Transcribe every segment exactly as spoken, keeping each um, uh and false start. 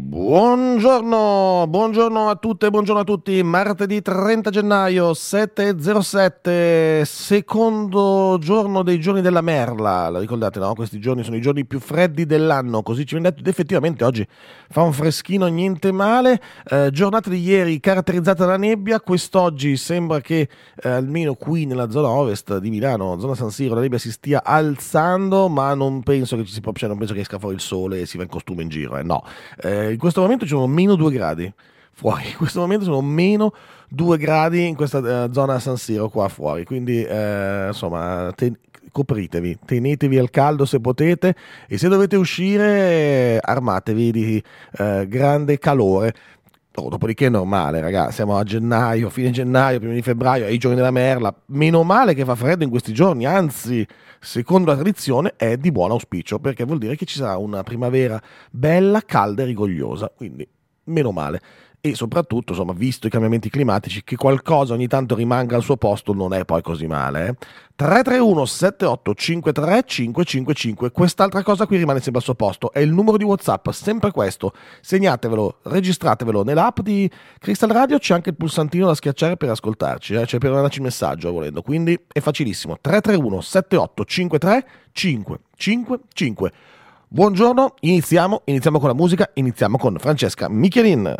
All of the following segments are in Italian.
Buongiorno, buongiorno a tutte, buongiorno a tutti. Martedì trenta gennaio, sette e zero sette, secondo giorno dei giorni della merla. La ricordate, no? Questi giorni sono i giorni più freddi dell'anno, così ci viene detto. Ed effettivamente oggi fa un freschino, niente male. Eh, giornata di ieri caratterizzata dalla nebbia. Quest'oggi sembra che eh, almeno qui nella zona ovest di Milano, zona San Siro, la nebbia si stia alzando, ma non penso che ci si possa, cioè non penso che esca fuori il sole e si va in costume in giro, eh, no. Eh, in questo momento ci sono meno due gradi fuori, in questo momento sono meno due gradi in questa uh, zona San Siro qua fuori, quindi uh, insomma ten- copritevi, tenetevi al caldo se potete, e se dovete uscire armatevi di uh, grande calore. Oh, dopodiché è normale, ragazzi, siamo a gennaio, fine gennaio, primi di febbraio, ai giorni della merla. Meno male che fa freddo in questi giorni, anzi, secondo la tradizione è di buon auspicio, perché vuol dire che ci sarà una primavera bella, calda e rigogliosa, quindi meno male. E soprattutto, insomma, visto i cambiamenti climatici, che qualcosa ogni tanto rimanga al suo posto non è poi così male. Eh? tre tre uno sette otto cinque tre cinque cinque cinque, quest'altra cosa qui rimane sempre al suo posto, è il numero di WhatsApp, sempre questo, segnatevelo, registratevelo, nell'app di Crystal Radio c'è anche il pulsantino da schiacciare per ascoltarci, eh? Cioè per mandarci il messaggio volendo, quindi è facilissimo, tre tre uno sette otto cinque tre cinque cinque cinque. Buongiorno, iniziamo, iniziamo con la musica, iniziamo con Francesca Michelin.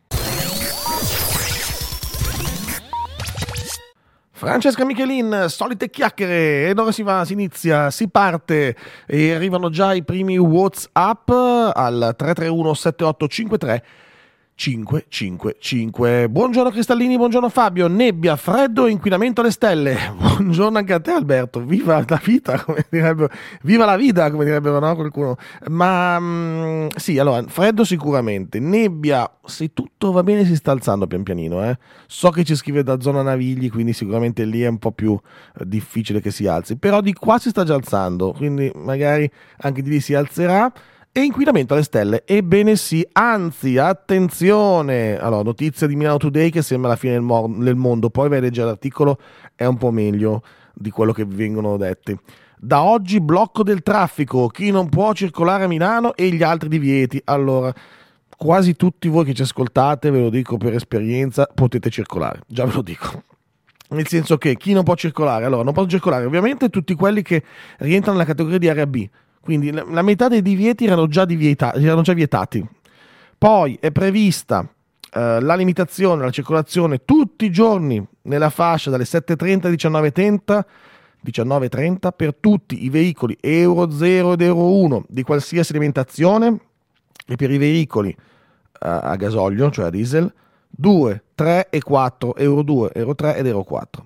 Francesca Michelin, solite chiacchiere, ed ora si va, si inizia, si parte e arrivano già i primi WhatsApp al tre tre uno sette otto cinque tre cinque cinque cinque. Buongiorno Cristallini, buongiorno Fabio. Nebbia, freddo e inquinamento alle stelle. Buongiorno anche a te Alberto, viva la vita, come direbbero, viva la vita, come direbbero, no, qualcuno. Ma mh, sì, allora, freddo sicuramente, nebbia, se tutto va bene si sta alzando pian pianino, eh. So che ci scrive da zona Navigli, quindi sicuramente lì è un po' più eh, difficile che si alzi, però di qua si sta già alzando, quindi magari anche di lì si alzerà. E inquinamento alle stelle, ebbene sì, anzi, attenzione, allora, notizia di Milano Today che sembra la fine del, mo- del mondo, poi vai a leggere l'articolo, è un po' meglio di quello che vengono detti. Da oggi blocco del traffico, chi non può circolare a Milano e gli altri divieti. Allora, quasi tutti voi che ci ascoltate, ve lo dico per esperienza, potete circolare, già ve lo dico. Nel senso che chi non può circolare, allora non può circolare ovviamente tutti quelli che rientrano nella categoria di area B. Quindi la, la metà dei divieti erano già, divieta, erano già vietati. Poi è prevista eh, la limitazione alla circolazione tutti i giorni nella fascia dalle sette e trenta alle diciannove e trenta per tutti i veicoli Euro zero ed Euro uno di qualsiasi alimentazione, e per i veicoli eh, a gasolio, cioè a diesel, due, tre e quattro, Euro due, Euro tre ed Euro quattro.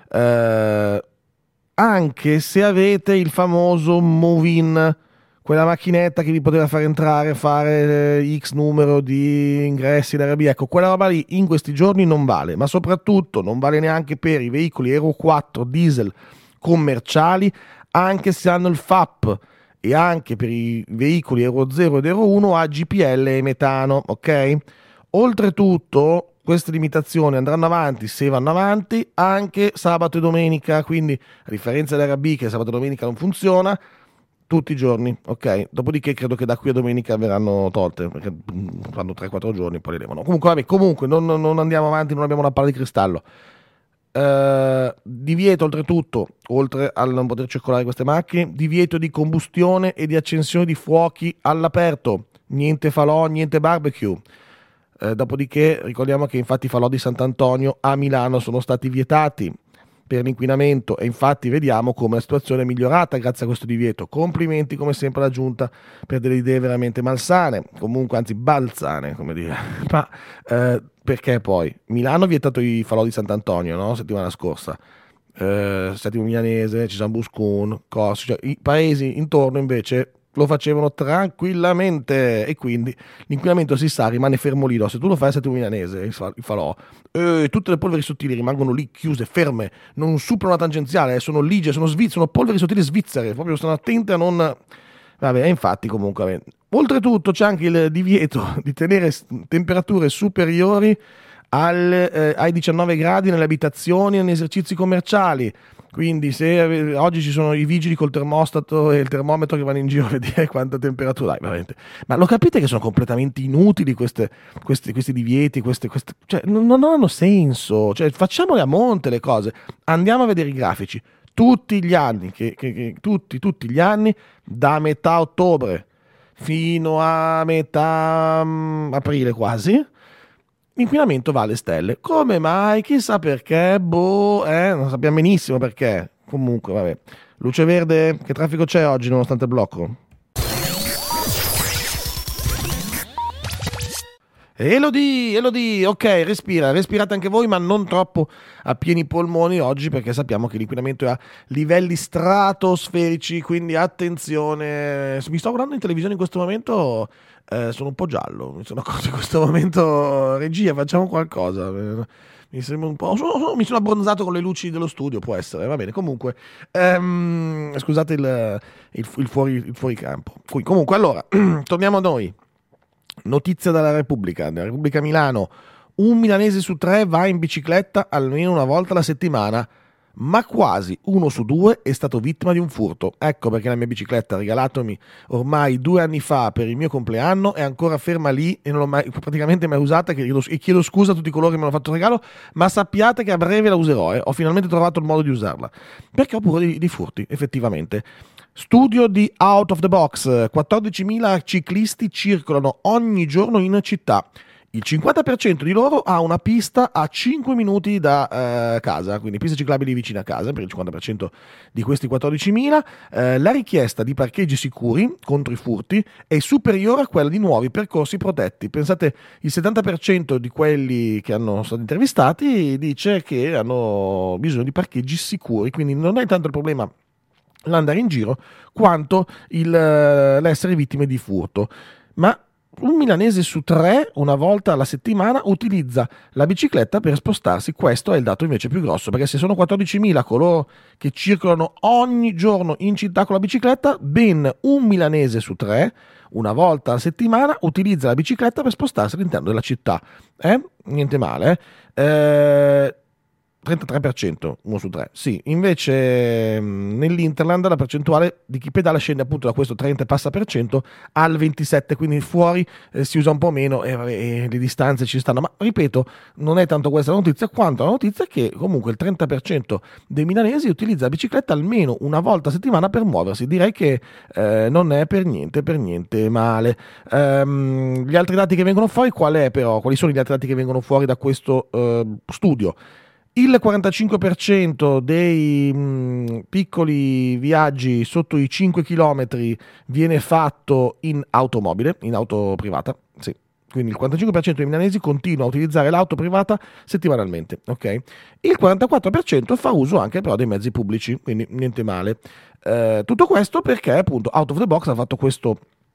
Eh, anche se avete il famoso move-in, quella macchinetta che vi poteva far entrare, fare eh, X numero di ingressi in area B, ecco, quella roba lì in questi giorni non vale, ma soprattutto non vale neanche per i veicoli Euro quattro diesel commerciali, anche se hanno il F A P, e anche per i veicoli Euro zero ed Euro uno a G P L e metano, ok? Oltretutto queste limitazioni andranno avanti, se vanno avanti, anche sabato e domenica, quindi a differenza dell'R B che sabato e domenica non funziona, tutti i giorni, ok? Dopodiché credo che da qui a domenica verranno tolte, perché fanno tre quattro giorni, poi le levano. Comunque, vabbè, comunque non, non andiamo avanti, non abbiamo una palla di cristallo. Uh, divieto oltretutto, oltre al non poter circolare queste macchine, divieto di combustione e di accensione di fuochi all'aperto, niente falò, niente barbecue. Eh, dopodiché ricordiamo che infatti i falò di Sant'Antonio a Milano sono stati vietati per l'inquinamento, e infatti vediamo come la situazione è migliorata grazie a questo divieto. Complimenti come sempre alla Giunta per delle idee veramente malsane, comunque anzi balzane, come dire. Ma eh, perché poi Milano ha vietato i falò di Sant'Antonio, no? Settimana scorsa, eh, Settimo Milanese, Cisambuscun, Corso, cioè i paesi intorno invece lo facevano tranquillamente, e quindi l'inquinamento si sa, rimane fermo lì. No? Se tu lo fai a Settimo Milanese, il falò, eh, tutte le polveri sottili rimangono lì chiuse, ferme, non superano la tangenziale, sono ligie, sono svizzere, sono polveri sottili svizzere, proprio stanno attente a non... Vabbè, infatti comunque... Vabbè. Oltretutto c'è anche il divieto di tenere temperature superiori al, eh, ai diciannove gradi nelle abitazioni e negli esercizi commerciali. quindi se oggi ci sono i vigili col termostato e il termometro che vanno in giro a vedere quanta temperatura hai, veramente. Ma lo capite che sono completamente inutili queste, questi, questi divieti, queste, queste, cioè non, non hanno senso, cioè facciamole a monte le cose, andiamo a vedere i grafici, tutti gli anni, che, che, che, tutti, tutti gli anni, da metà ottobre fino a metà um, aprile quasi, l'inquinamento va alle stelle. Come mai? Chissà perché, boh, eh, non sappiamo benissimo perché. Comunque, vabbè. Luce verde, che traffico c'è oggi nonostante il blocco? Elodie, Elodie, ok, respira, respirate anche voi, ma non troppo a pieni polmoni oggi, perché sappiamo che l'inquinamento è a livelli stratosferici, quindi attenzione. Mi sto guardando in televisione in questo momento, eh, sono un po' giallo, mi sono accorto in questo momento, regia, facciamo qualcosa. Mi sembra un po'. Mi sono abbronzato con le luci dello studio, può essere, va bene. Comunque, ehm, scusate il, il, il, fuori, il fuoricampo. Comunque, allora, torniamo a noi. Notizia dalla Repubblica, della Repubblica Milano: un milanese su tre va in bicicletta almeno una volta alla settimana, ma quasi uno su due è stato vittima di un furto. Ecco perché la mia bicicletta, regalatomi ormai due anni fa per il mio compleanno, è ancora ferma lì e non l'ho mai, praticamente mai usata, e chiedo scusa a tutti coloro che mi hanno fatto il regalo, ma sappiate che a breve la userò, eh. Ho finalmente trovato il modo di usarla, perché ho paura di, di furti, effettivamente. Studio di Out of the Box: quattordicimila ciclisti circolano ogni giorno in città. Il cinquanta per cento di loro ha una pista a cinque minuti da eh, casa, quindi piste ciclabili vicine a casa per il cinquanta per cento di questi quattordicimila. Eh, la richiesta di parcheggi sicuri contro i furti è superiore a quella di nuovi percorsi protetti. Pensate, il settanta per cento di quelli che hanno stati intervistati dice che hanno bisogno di parcheggi sicuri, quindi non è tanto il problema l'andare in giro quanto il, l'essere vittime di furto. Ma un milanese su tre, una volta alla settimana, utilizza la bicicletta per spostarsi. Questo è il dato invece più grosso, perché se sono quattordicimila coloro che circolano ogni giorno in città con la bicicletta, ben un milanese su tre, una volta alla settimana, utilizza la bicicletta per spostarsi all'interno della città. Eh? Niente male, eh? eh trentatré per cento, uno su tre. Sì, invece nell'Interland la percentuale di chi pedala scende appunto da questo trenta passa per cento al ventisette, quindi fuori eh, si usa un po' meno e, e le distanze ci stanno. Ma ripeto, non è tanto questa la notizia quanto la notizia che comunque il trenta per cento dei milanesi utilizza la bicicletta almeno una volta a settimana per muoversi. Direi che eh, non è per niente, per niente male. Ehm, gli altri dati che vengono fuori, qual è però? Quali sono gli altri dati che vengono fuori da questo eh, studio? Il quarantacinque per cento dei mh, piccoli viaggi sotto i cinque chilometri viene fatto in automobile, in auto privata, sì. Quindi il quarantacinque per cento dei milanesi continua a utilizzare l'auto privata settimanalmente, ok? Il quarantaquattro per cento fa uso anche però dei mezzi pubblici, quindi niente male. Eh, tutto questo perché appunto Out of the Box ha fatto questo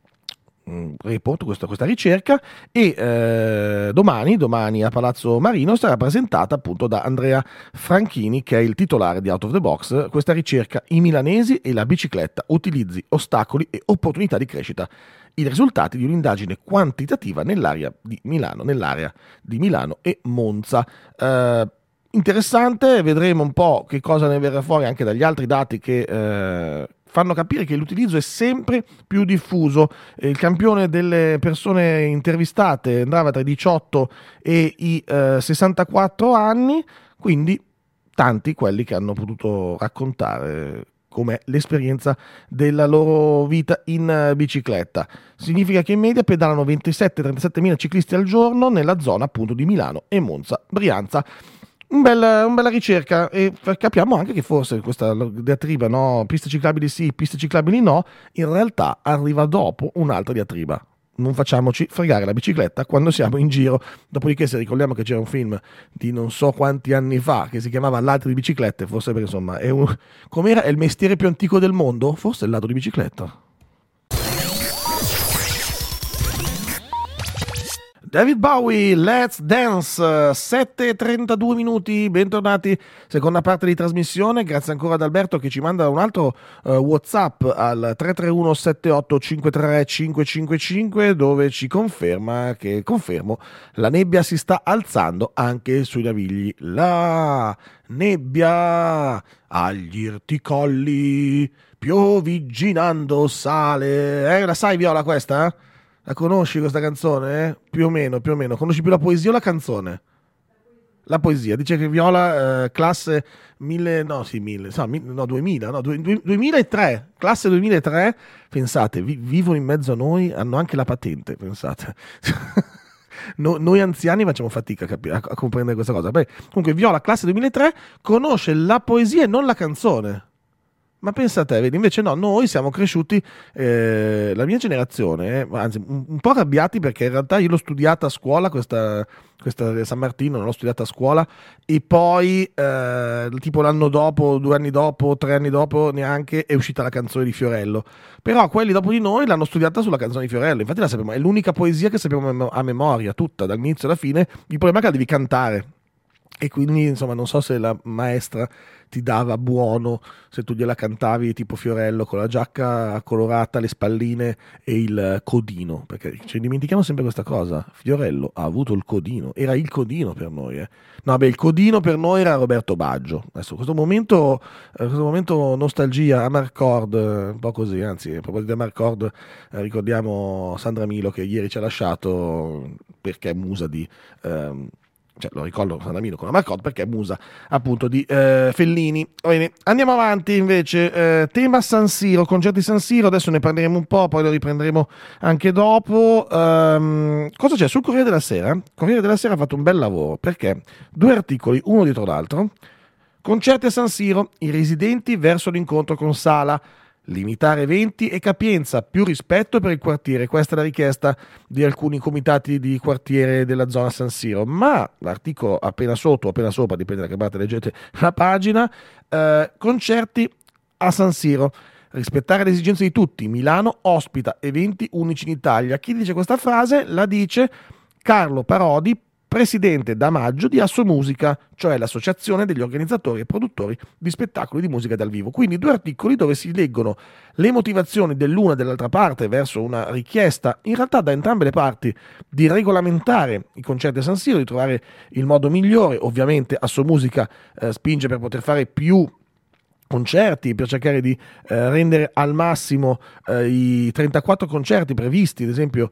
report, questa, questa ricerca, e eh, domani, domani a Palazzo Marino sarà presentata appunto da Andrea Franchini, che è il titolare di Out of the Box, questa ricerca: i milanesi e la bicicletta, utilizzi, ostacoli e opportunità di crescita. I risultati di un'indagine quantitativa nell'area di Milano, nell'area di Milano e Monza. Eh, interessante, vedremo un po' che cosa ne verrà fuori anche dagli altri dati che eh, fanno capire che l'utilizzo è sempre più diffuso. Il campione delle persone intervistate andava tra i diciotto e i eh, sessantaquattro anni, quindi tanti quelli che hanno potuto raccontare com'è l'esperienza della loro vita in bicicletta. Significa che in media pedalano ventisette trentasette mila ciclisti al giorno nella zona appunto di Milano e Monza, Brianza. Un bel, una bella ricerca, e capiamo anche che forse questa diatriba, no, piste ciclabili sì, piste ciclabili no, in realtà arriva dopo un'altra diatriba. Non facciamoci fregare la bicicletta quando siamo in giro. Dopodiché, se ricordiamo che c'era un film di non so quanti anni fa che si chiamava Ladri di biciclette, forse perché insomma è un, com'era, è il mestiere più antico del mondo, forse è il ladro di bicicletta. David Bowie, Let's Dance, sette e trentadue minuti, bentornati, seconda parte di trasmissione, grazie ancora ad Alberto che ci manda un altro uh, WhatsApp al tre tre uno sette otto cinque tre cinque cinque cinque dove ci conferma che, confermo, la nebbia si sta alzando anche sui Navigli. La nebbia agli irti colli, piovigginando sale. Eh, la sai Viola questa? Eh? La conosci questa canzone? Eh? Più o meno, più o meno. Conosci più la poesia o la canzone? La poesia. Dice che Viola, eh, classe mille, no, sì, mille, no, mi, no duemila, no, du, du, duemilatré, classe duemilatré, pensate, vi, vivono in mezzo a noi, hanno anche la patente, pensate. No, noi anziani facciamo fatica a, capire, a, a comprendere questa cosa. Beh, comunque Viola, classe duemilatré, conosce la poesia e non la canzone. Ma pensa a te, vedi, invece no, noi siamo cresciuti, eh, la mia generazione, eh, anzi un, un po' arrabbiati perché in realtà io l'ho studiata a scuola, questa, questa San Martino, non l'ho studiata a scuola, e poi eh, tipo l'anno dopo, due anni dopo, tre anni dopo neanche è uscita la canzone di Fiorello. Però quelli dopo di noi l'hanno studiata sulla canzone di Fiorello, infatti la sappiamo, è l'unica poesia che sappiamo a memoria, tutta, dall'inizio alla fine. Il problema è che la devi cantare. E quindi insomma non so se la maestra ti dava buono se tu gliela cantavi tipo Fiorello con la giacca colorata, le spalline e il codino, perché ci dimentichiamo sempre questa cosa. Fiorello ha avuto il codino, era il codino per noi, eh. No, beh, il codino per noi era Roberto Baggio. Adesso questo momento, eh, questo momento nostalgia, Amarcord, eh, un po' così, anzi a proposito di Amarcord eh, ricordiamo Sandra Milo che ieri ci ha lasciato perché è musa di ehm, cioè lo ricordo Sandra Milo con la Marcot perché è musa appunto di eh, Fellini. Bene, andiamo avanti invece, eh, tema San Siro, concerti San Siro, adesso ne parleremo un po', poi lo riprenderemo anche dopo. Um, cosa c'è sul Corriere della Sera? Il Corriere della Sera ha fatto un bel lavoro perché due articoli, uno dietro l'altro. Concerti a San Siro, i residenti verso l'incontro con Sala. Limitare eventi e capienza, più rispetto per il quartiere. Questa è la richiesta di alcuni comitati di quartiere della zona San Siro. Ma l'articolo appena sotto, appena sopra, dipende da che parte leggete la pagina, eh, concerti a San Siro. Rispettare le esigenze di tutti. Milano ospita eventi unici in Italia. Chi dice questa frase la dice Carlo Parodi, presidente da maggio di Asso Musica, cioè l'associazione degli organizzatori e produttori di spettacoli di musica dal vivo. Quindi due articoli dove si leggono le motivazioni dell'una e dell'altra parte verso una richiesta, in realtà da entrambe le parti, di regolamentare i concerti a San Siro, di trovare il modo migliore. Ovviamente Asso Musica eh, spinge per poter fare più concerti, per cercare di eh, rendere al massimo eh, i trentaquattro concerti previsti ad esempio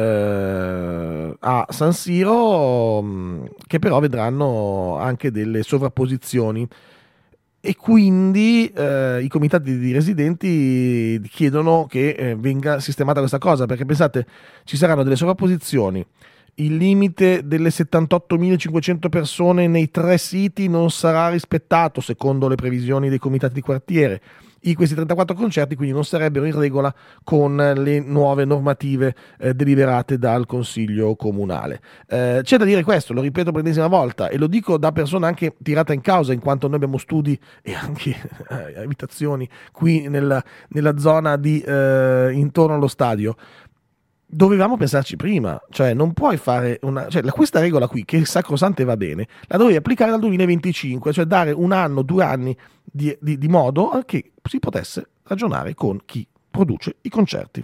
eh, a San Siro, mh, che però vedranno anche delle sovrapposizioni, e quindi eh, i comitati di residenti chiedono che eh, venga sistemata questa cosa, perché pensate, ci saranno delle sovrapposizioni. Il limite delle settantottomilacinquecento persone nei tre siti non sarà rispettato secondo le previsioni dei comitati di quartiere. I, questi trentaquattro concerti quindi non sarebbero in regola con le nuove normative eh, deliberate dal Consiglio Comunale. Eh, c'è da dire questo, lo ripeto per l'ennesima volta e lo dico da persona anche tirata in causa, in quanto noi abbiamo studi e anche eh, abitazioni qui nella, nella zona di, eh, intorno allo stadio. Dovevamo pensarci prima, cioè non puoi fare una, cioè questa regola qui che sacrosante va bene, la dovevi applicare dal duemilaventicinque, cioè dare un anno, due anni di, di, di modo che si potesse ragionare con chi produce i concerti.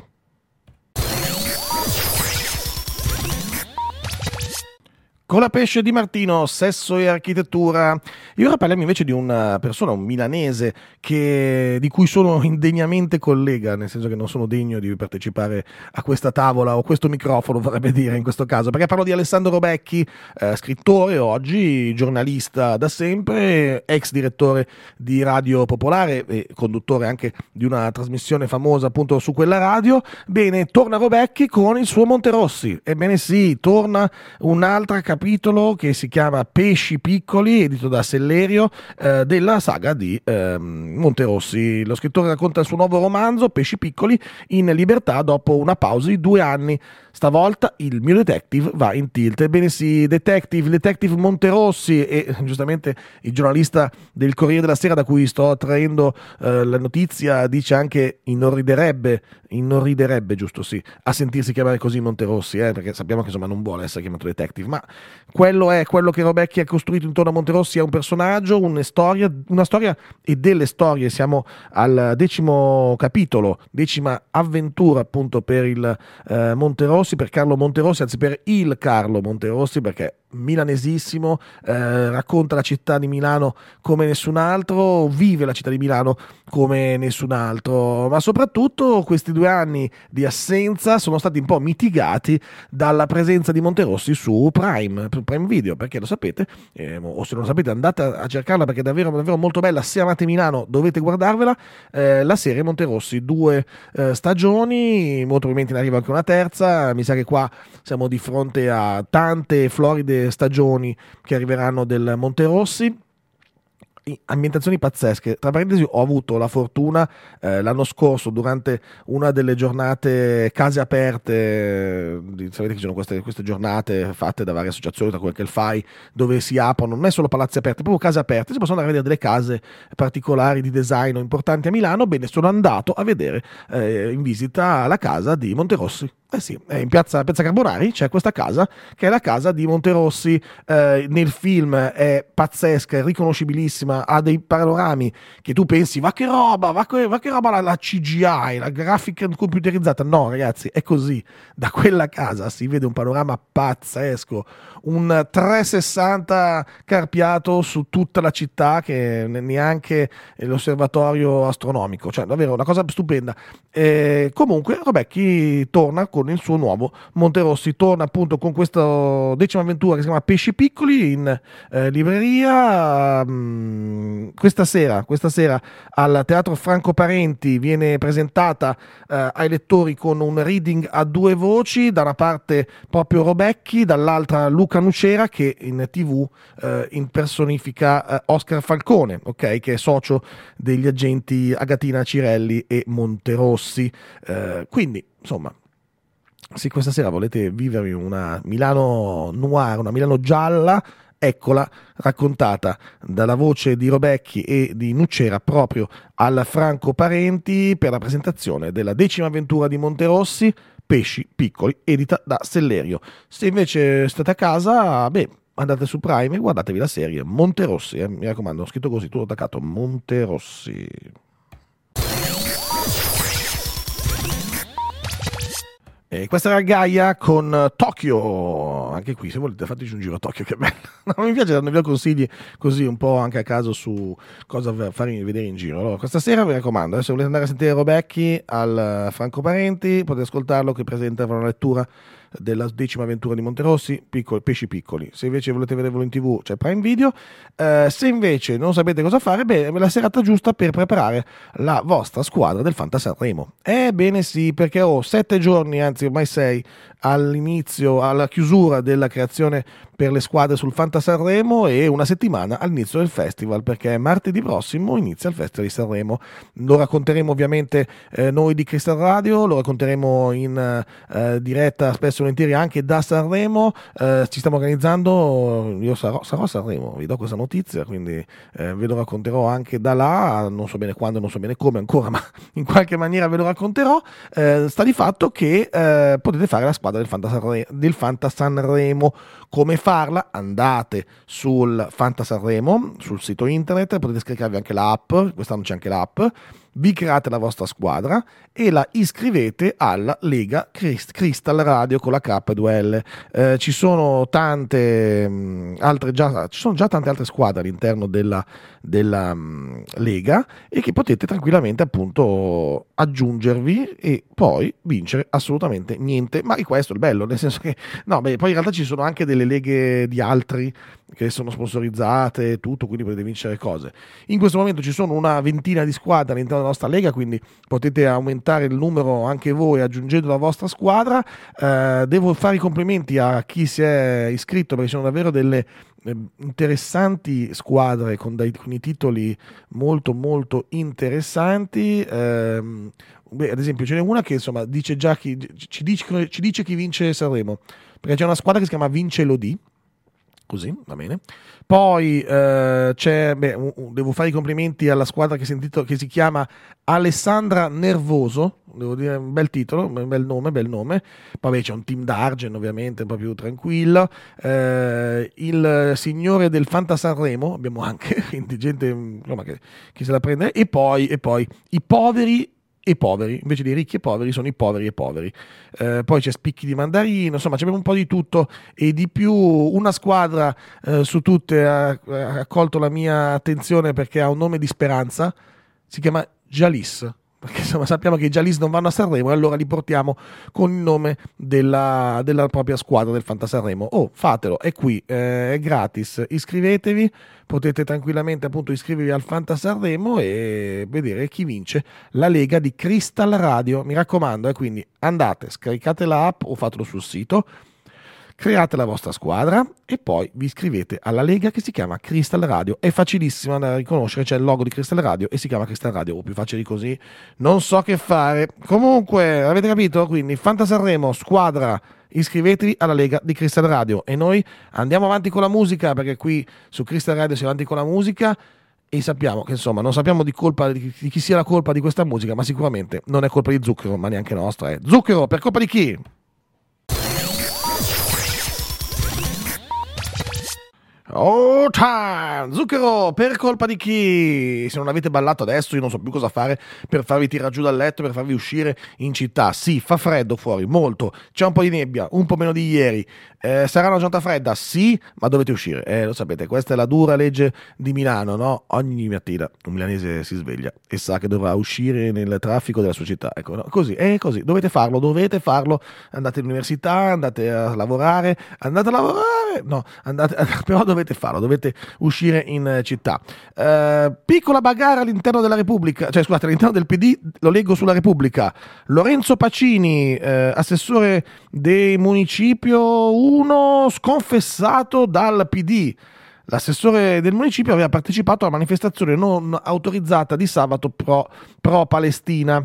Colapesce Di Martino, sesso e architettura. E ora parliamo invece di una persona, un milanese, che, di cui sono indegnamente collega, nel senso che non sono degno di partecipare a questa tavola o questo microfono, vorrebbe dire in questo caso, perché parlo di Alessandro Robecchi, eh, scrittore oggi, giornalista da sempre, ex direttore di Radio Popolare e conduttore anche di una trasmissione famosa appunto su quella radio. Bene, torna Robecchi con il suo Monterossi. Ebbene sì, torna un'altra capitolo capitolo che si chiama Pesci piccoli, edito da Sellerio, eh, della saga di eh, Monterossi. Lo scrittore racconta il suo nuovo romanzo, Pesci piccoli, in libertà dopo una pausa di due anni stavolta il mio detective va in tilt. Ebbene sì, detective, detective Monterossi, e giustamente il giornalista del Corriere della Sera da cui sto traendo eh, la notizia dice anche inorriderebbe, inorriderebbe, giusto sì, a sentirsi chiamare così Monterossi, eh, perché sappiamo che insomma non vuole essere chiamato detective, ma quello è quello che Robecchi ha costruito intorno a Monterossi, è un personaggio, una storia, una storia e delle storie. Siamo al decimo capitolo, decima avventura appunto per il eh, Monterossi, per Carlo Monterossi, anzi per il Carlo Monterossi, perché milanesissimo, eh, racconta la città di Milano come nessun altro, vive la città di Milano come nessun altro, ma soprattutto questi due anni di assenza sono stati un po' mitigati dalla presenza di Monterossi su Prime, Prime Video, perché lo sapete, eh, o se non lo sapete andate a cercarla perché è davvero, davvero molto bella. Se amate Milano dovete guardarvela, eh, la serie Monterossi, due eh, stagioni, molto probabilmente ne arriva anche una terza, mi sa che qua siamo di fronte a tante floride stagioni che arriveranno del Monterossi. Ambientazioni pazzesche. Tra parentesi, ho avuto la fortuna eh, l'anno scorso durante una delle giornate case aperte, eh, sapete che ci sono queste, queste giornate fatte da varie associazioni, tra quelle che il F A I, dove si aprono, non è solo palazzi aperti, proprio case aperte, si possono andare a vedere delle case particolari di design o importanti a Milano. Bene, sono andato a vedere eh, in visita la casa di Monterossi. Eh sì, in piazza, piazza Carbonari c'è questa casa che è la casa di Monterossi. Eh, nel film è pazzesca, è riconoscibilissima, ha dei panorami che tu pensi ma che roba, ma che, ma che roba la, la C G I, la grafica computerizzata. No ragazzi, è così. Da quella casa si vede un panorama pazzesco, un trecentosessanta carpiato su tutta la città, che neanche l'osservatorio astronomico, cioè davvero una cosa stupenda. Eh, comunque Robecchi torna con il suo nuovo Monterossi, torna appunto con questa decima avventura che si chiama Pesci Piccoli, in eh, libreria. Mh, questa sera, questa sera al Teatro Franco Parenti viene presentata eh, ai lettori con un reading a due voci, da una parte proprio Robecchi, dall'altra Luca Nucera, che in tv eh, impersonifica eh, Oscar Falcone, ok, che è socio degli agenti Agatina Cirelli e Monterossi. Eh, quindi insomma, se questa sera volete vivervi una Milano noir, una Milano gialla, eccola raccontata dalla voce di Robecchi e di Nucera proprio al Franco Parenti per la presentazione della decima avventura di Monterossi, Pesci Piccoli, edita da Sellerio. Se invece state a casa, beh, andate su Prime e guardatevi la serie Monterossi, eh, mi raccomando, ho scritto così, tutto attaccato, Monterossi. E questa era Gaia con Tokyo. Anche qui, se volete, fateci un giro a Tokyo, che bello. No, mi piace darvi consigli così un po' anche a caso su cosa fare vedere in giro. Allora, questa sera vi raccomando, se volete andare a sentire Robecchi al Franco Parenti, potete ascoltarlo, che presenta una lettura della decima avventura di Monterossi, piccoli, Pesci Piccoli. Se invece volete vedervelo in tv c'è Prime Video. Eh, se invece non sapete cosa fare, beh, è la serata giusta per preparare la vostra squadra del Fanta Sanremo. Ebbene sì, perché ho sette giorni, anzi ormai sei, all'inizio, alla chiusura della creazione per le squadre sul Fanta Sanremo, e una settimana all'inizio del festival, perché martedì prossimo inizia il Festival di Sanremo. Lo racconteremo ovviamente eh, noi di Crystal Radio, lo racconteremo in eh, diretta spesso volentieri anche da Sanremo. Eh, ci stiamo organizzando, io sarò, sarò a Sanremo, vi do questa notizia, quindi eh, ve lo racconterò anche da là, non so bene quando, non so bene come ancora, ma in qualche maniera ve lo racconterò. Eh, sta di fatto che eh, potete fare la squadra del Fanta Sanremo, del Fanta Sanremo. Come farla? Andate sul Fanta Sanremo, sul sito internet, potete scaricarvi anche l'app, quest'anno c'è anche l'app, vi create la vostra squadra e la iscrivete alla Lega Crist- Crystal Radio con la K due L. Eh, ci sono tante mh, altre già, ci sono già tante altre squadre all'interno della, della mh, Lega, e che potete tranquillamente appunto aggiungervi e poi vincere assolutamente niente. Ma questo è il bello, nel senso che no, beh, poi in realtà ci sono anche delle leghe di altri che sono sponsorizzate e tutto, quindi potete vincere cose. In questo momento ci sono una ventina di squadre all'interno della nostra Lega, quindi potete aumentare il numero anche voi aggiungendo la vostra squadra. Eh, devo fare i complimenti a chi si è iscritto, perché sono davvero delle eh, interessanti squadre con, dei, con i titoli molto molto interessanti. Eh, beh, ad esempio ce n'è una che insomma dice già chi, ci, dice, ci dice chi vince Sanremo, perché c'è una squadra che si chiama Vince Lodi. Così, va bene. Poi eh, c'è, beh, un, un, devo fare i complimenti alla squadra che, sentito, che si chiama Alessandra Nervoso, devo dire un bel titolo, un bel nome, bel nome. Poi c'è un team d'Argen ovviamente, un po' più tranquillo. Eh, il signore del Fanta Sanremo, abbiamo anche, quindi gente insomma, che, che se la prende. E poi, e poi i poveri e poveri, invece di ricchi e poveri sono i poveri e poveri. Eh, poi c'è Spicchi di Mandarino, insomma c'è un po' di tutto e di più. Una squadra eh, su tutte ha, ha colto la mia attenzione perché ha un nome di speranza, si chiama Jalis, perché insomma sappiamo che i Jalis non vanno a Sanremo e allora li portiamo con il nome della, della propria squadra del Fanta Sanremo. Oh, fatelo, è qui, eh, è gratis, iscrivetevi, potete tranquillamente appunto iscrivervi al Fanta Sanremo e vedere chi vince la Lega di Crystal Radio. Mi raccomando, eh, quindi andate, scaricate l'app o fatelo sul sito, create la vostra squadra e poi vi iscrivete alla Lega che si chiama Crystal Radio. È facilissima da riconoscere, c'è il logo di Crystal Radio e si chiama Crystal Radio, o più facile di così non so che fare. Comunque, avete capito? Quindi Fanta Sanremo, squadra, iscrivetevi alla Lega di Crystal Radio e noi andiamo avanti con la musica, perché qui su Crystal Radio si va avanti con la musica e sappiamo che insomma non sappiamo di colpa di chi sia la colpa di questa musica, ma sicuramente non è colpa di Zucchero, ma neanche nostra. Eh. Zucchero, per colpa di chi? Oh time! Zucchero, per colpa di chi? Se non avete ballato adesso io non so più cosa fare per farvi tirare giù dal letto, per farvi uscire in città. Sì, fa freddo fuori, molto, c'è un po' di nebbia, un po' meno di ieri. Eh, sarà una giornata fredda? Sì, ma dovete uscire, eh, lo sapete, questa è la dura legge di Milano, no? Ogni mattina un milanese si sveglia e sa che dovrà uscire nel traffico della sua città, ecco, no? Così, è così, dovete farlo, dovete farlo, andate all'università, andate a lavorare, andate a lavorare, no, andate, però dovete farlo, dovete uscire in città. Eh, piccola bagarre all'interno della Repubblica, cioè scusate, all'interno del P D, lo leggo sulla Repubblica. Lorenzo Pacini, eh, assessore del municipio uno, sconfessato dal P D. L'assessore del municipio aveva partecipato alla manifestazione non autorizzata di sabato pro, pro Palestina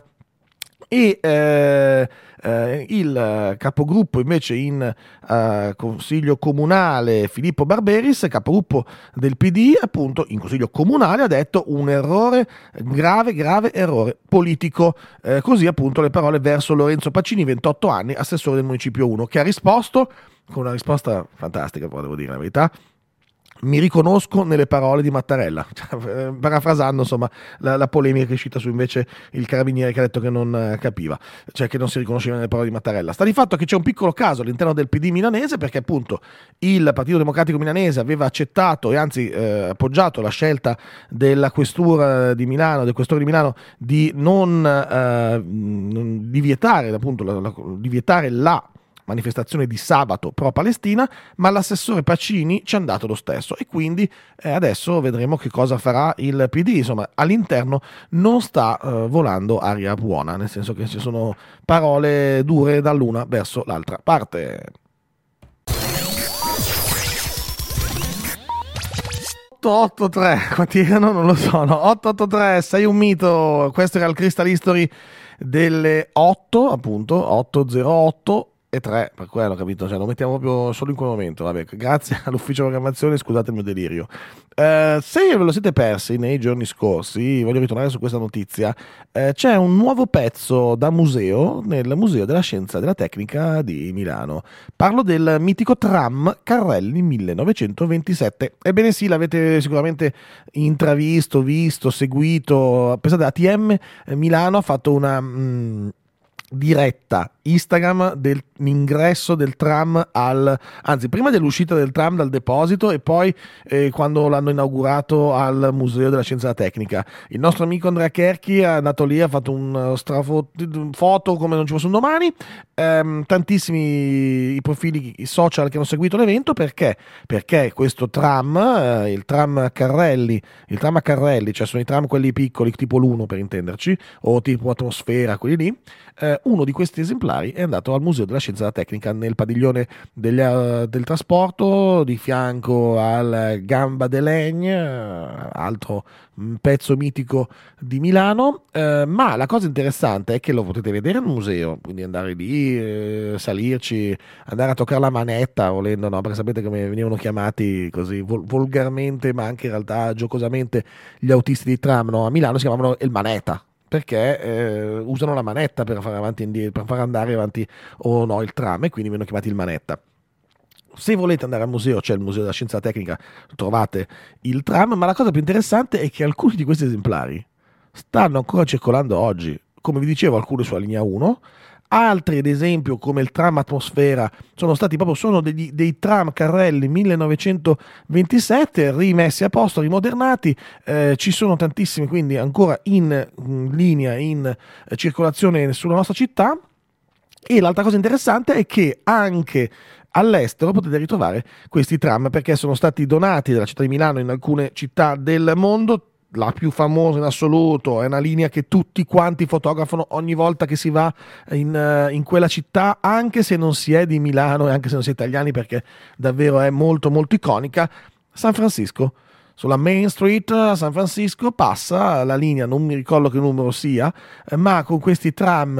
e eh, eh, il capogruppo invece in eh, consiglio comunale Filippo Barberis, capogruppo del P D, appunto in consiglio comunale ha detto un errore, grave grave errore politico, eh, così appunto le parole verso Lorenzo Pacini, ventotto anni, assessore del municipio uno, che ha risposto con una risposta fantastica, però devo dire la verità. Mi riconosco nelle parole di Mattarella, cioè, parafrasando insomma la, la polemica che è uscita su invece il carabiniere che ha detto che non eh, capiva, cioè che non si riconosceva nelle parole di Mattarella. Sta di fatto che c'è un piccolo caso all'interno del P D milanese, perché appunto il Partito Democratico milanese aveva accettato e anzi eh, appoggiato la scelta della questura di Milano, del questore di Milano, di non eh, di vietare appunto la, la, di vietare la manifestazione di sabato pro Palestina, ma l'assessore Pacini ci è andato lo stesso e quindi eh, adesso vedremo che cosa farà il P D. Insomma, all'interno non sta eh, volando aria buona, nel senso che ci sono parole dure dall'una verso l'altra parte. otto otto tre, quanti erano? Non lo so, no? otto otto tre, sei un mito. Questo era il Crystal History delle otto, appunto, otto zero otto e tre, per quello, capito? Cioè lo mettiamo proprio solo in quel momento. Vabbè, grazie all'ufficio programmazione, scusate il mio delirio. Eh, se ve lo siete persi nei giorni scorsi, voglio ritornare su questa notizia. Eh, c'è un nuovo pezzo da museo nel Museo della Scienza e della Tecnica di Milano. Parlo del mitico tram Carrelli millenovecentoventisette. Ebbene sì, l'avete sicuramente intravisto, visto, seguito. Pensate, A T M Milano ha fatto una... Mh, diretta Instagram dell'ingresso del tram al, anzi prima dell'uscita del tram dal deposito e poi eh, quando l'hanno inaugurato al Museo della Scienza Tecnica. Il nostro amico Andrea Cherchi è andato lì, ha fatto un strafo foto come non ci fosse un domani, ehm, tantissimi i profili i social che hanno seguito l'evento. Perché? Perché questo tram, eh, il tram Carrelli, il tram a Carrelli, cioè sono i tram quelli piccoli tipo l'uno per intenderci, o tipo Atmosfera, quelli lì, eh, uno di questi esemplari è andato al Museo della Scienza Tecnica nel padiglione degli, uh, del trasporto di fianco al Gamba de Legno, uh, altro um, pezzo mitico di Milano, uh, ma la cosa interessante è che lo potete vedere al museo, quindi andare lì, uh, salirci, andare a toccare la manetta volendo, no? Perché sapete come venivano chiamati così vol- volgarmente ma anche in realtà giocosamente gli autisti di tram, no? A Milano si chiamavano il maneta, perché eh, usano la manetta per fare avanti e indietro, per far andare avanti o no il tram, e quindi vengono chiamati il manetta. Se volete andare al museo, c'è il Museo della Scienza Tecnica, trovate il tram, ma la cosa più interessante è che alcuni di questi esemplari stanno ancora circolando oggi. Come vi dicevo, alcuni sulla linea uno, altri ad esempio come il tram Atmosfera sono stati proprio sono degli, dei tram Carrelli millenovecentoventisette rimessi a posto, rimodernati, eh, ci sono tantissimi quindi ancora in, in linea, in eh, circolazione sulla nostra città. E l'altra cosa interessante è che anche all'estero potete ritrovare questi tram, perché sono stati donati dalla città di Milano in alcune città del mondo. La più famosa in assoluto è una linea che tutti quanti fotografano ogni volta che si va in, in quella città, anche se non si è di Milano e anche se non si è italiani, perché davvero è molto molto iconica. San Francisco. Sulla Main Street a San Francisco passa la linea, non mi ricordo che numero sia, eh, ma con questi tram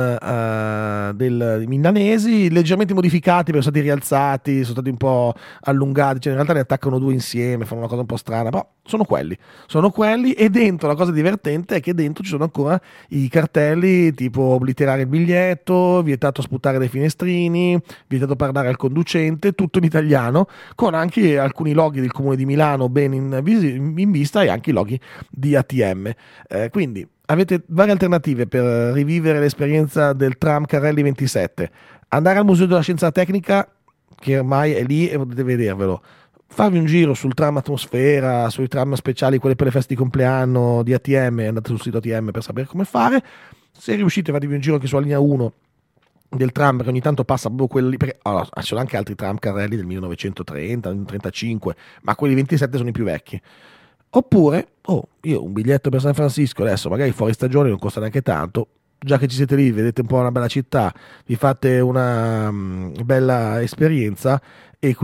eh, del, milanesi leggermente modificati, perché sono stati rialzati, sono stati un po' allungati, cioè in realtà ne attaccano due insieme, fanno una cosa un po' strana, però sono quelli, sono quelli e dentro la cosa divertente è che dentro ci sono ancora i cartelli tipo obliterare il biglietto, vietato sputare dai finestrini, vietato parlare al conducente, tutto in italiano, con anche alcuni loghi del Comune di Milano ben in visita in vista e anche i loghi di A T M. Eh, quindi avete varie alternative per rivivere l'esperienza del tram Carrelli ventisette. Andare al Museo della Scienza Tecnica, che ormai è lì e potete vedervelo. Farvi un giro sul tram Atmosfera, sui tram speciali, quelli per le feste di compleanno di A T M, andate sul sito A T M per sapere come fare. Se riuscite, fatevi un giro anche sulla linea uno del tram, perché ogni tanto passa proprio quelli, perché allora, ci sono anche altri tram Carrelli del millenovecentotrenta, trentacinque, ma quelli ventisette sono i più vecchi. Oppure, oh, io un biglietto per San Francisco adesso, magari fuori stagione, non costa neanche tanto, già che ci siete lì, vedete un po' una bella città, vi fate una um, bella esperienza e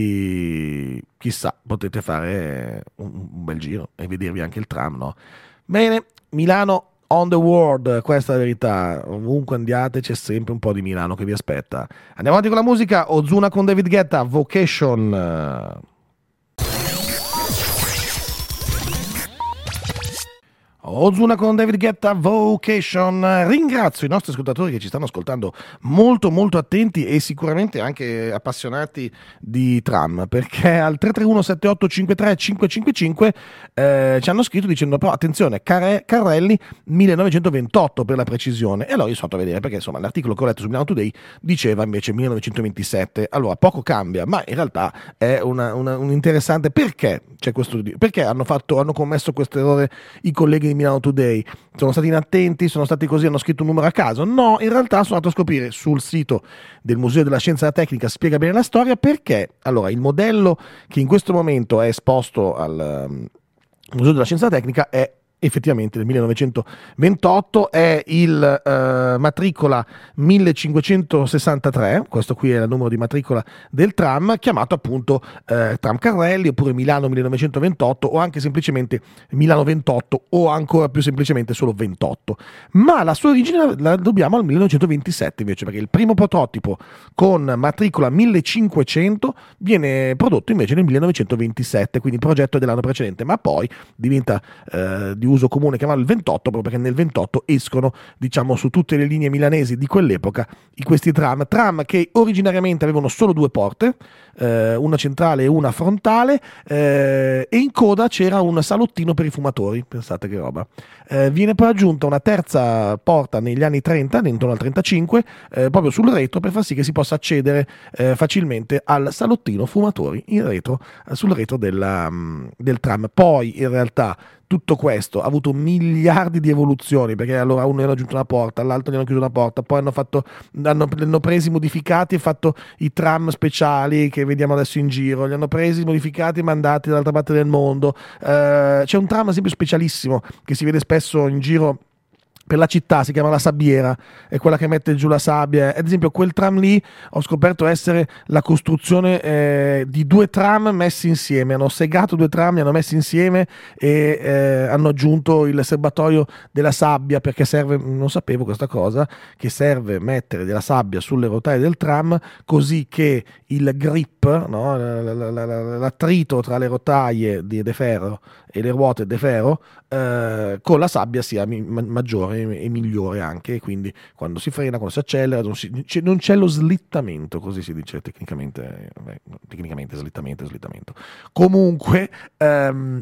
quindi chissà, potete fare un, un bel giro e vedervi anche il tram, no? Bene, Milano on the world, questa è la verità. Ovunque andiate c'è sempre un po' di Milano che vi aspetta. Andiamo avanti con la musica. Ozuna con David Guetta, Vocation. Ozuna con David Guetta, Vocation. Ringrazio i nostri ascoltatori che ci stanno ascoltando molto molto attenti e sicuramente anche appassionati di tram, perché al tre tre uno sette otto cinque tre cinque cinque cinque eh, ci hanno scritto dicendo però attenzione, Car- Carrelli millenovecentoventotto per la precisione, e allora io sono andato a vedere perché insomma l'articolo che ho letto su Milano Today diceva invece millenovecentoventisette. Allora poco cambia, ma in realtà è una, una, un interessante perché c'è questo, perché hanno fatto hanno commesso questo errore i colleghi di Milano Today. Sono stati inattenti, sono stati così, hanno scritto un numero a caso? No, in realtà sono andato a scoprire sul sito del Museo della Scienza e della Tecnica, spiega bene la storia, perché allora il modello che in questo momento è esposto al um, Museo della Scienza e della Tecnica è effettivamente del millenovecentoventotto, è il uh, matricola millecinquecentosessantatré, questo qui è il numero di matricola del tram, chiamato appunto uh, tram Carrelli, oppure Milano millenovecentoventotto, o anche semplicemente Milano ventotto, o ancora più semplicemente solo ventotto, ma la sua origine la dobbiamo al millenovecentoventisette invece, perché il primo prototipo con matricola millecinquecento viene prodotto invece nel millenovecentoventisette, quindi il progetto è dell'anno precedente, ma poi diventa uh, di uso comune chiamarlo il ventotto, proprio perché nel ventotto escono, diciamo, su tutte le linee milanesi di quell'epoca i questi tram, tram che originariamente avevano solo due porte, eh, una centrale e una frontale, eh, e in coda c'era un salottino per i fumatori, pensate che roba. Eh, viene poi aggiunta una terza porta negli anni trenta, intorno al trentacinque, eh, proprio sul retro, per far sì che si possa accedere eh, facilmente al salottino fumatori in retro, eh, sul retro della, um, del tram. Poi in realtà tutto questo ha avuto miliardi di evoluzioni, perché allora uno hanno aggiunto una porta, all'altro gli hanno chiuso una porta, poi hanno fatto hanno, li hanno presi modificati e fatto i tram speciali che vediamo adesso in giro, li hanno presi modificati e mandati dall'altra parte del mondo. Eh, c'è un tram sempre specialissimo che si vede spesso in giro per la città, si chiama la sabbiera, è quella che mette giù la sabbia. Ad esempio quel tram lì ho scoperto essere la costruzione eh, di due tram messi insieme, hanno segato due tram, li hanno messi insieme e eh, hanno aggiunto il serbatoio della sabbia, perché serve, non sapevo questa cosa, che serve mettere della sabbia sulle rotaie del tram così che il grip, no? L'attrito tra le rotaie di de ferro e le ruote de ferro eh, con la sabbia sia mi- maggiore e migliore anche, quindi quando si frena, quando si accelera non, si, c'è, non c'è lo slittamento, così si dice tecnicamente, beh, tecnicamente slittamento slittamento comunque. ehm,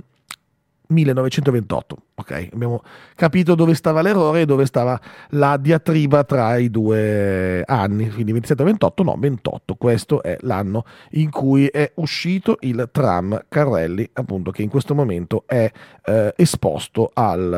millenovecentoventotto, ok, abbiamo capito dove stava l'errore e dove stava la diatriba tra i due anni, quindi ventisette ventotto, no, ventotto, questo è l'anno in cui è uscito il tram Carrelli, appunto, che in questo momento è eh, esposto